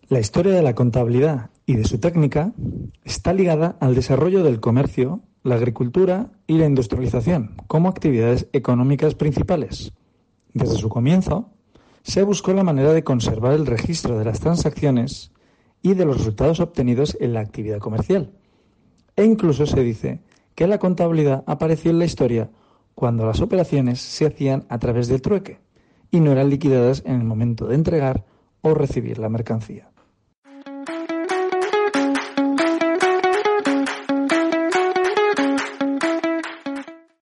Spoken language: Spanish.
La historia de la contabilidad y de su técnica está ligada al desarrollo del comercio, la agricultura y la industrialización como actividades económicas principales. Desde su comienzo, se buscó la manera de conservar el registro de las transacciones y de los resultados obtenidos en la actividad comercial. E incluso se dice que la contabilidad apareció en la historia cuando las operaciones se hacían a través del trueque y no eran liquidadas en el momento de entregar o recibir la mercancía.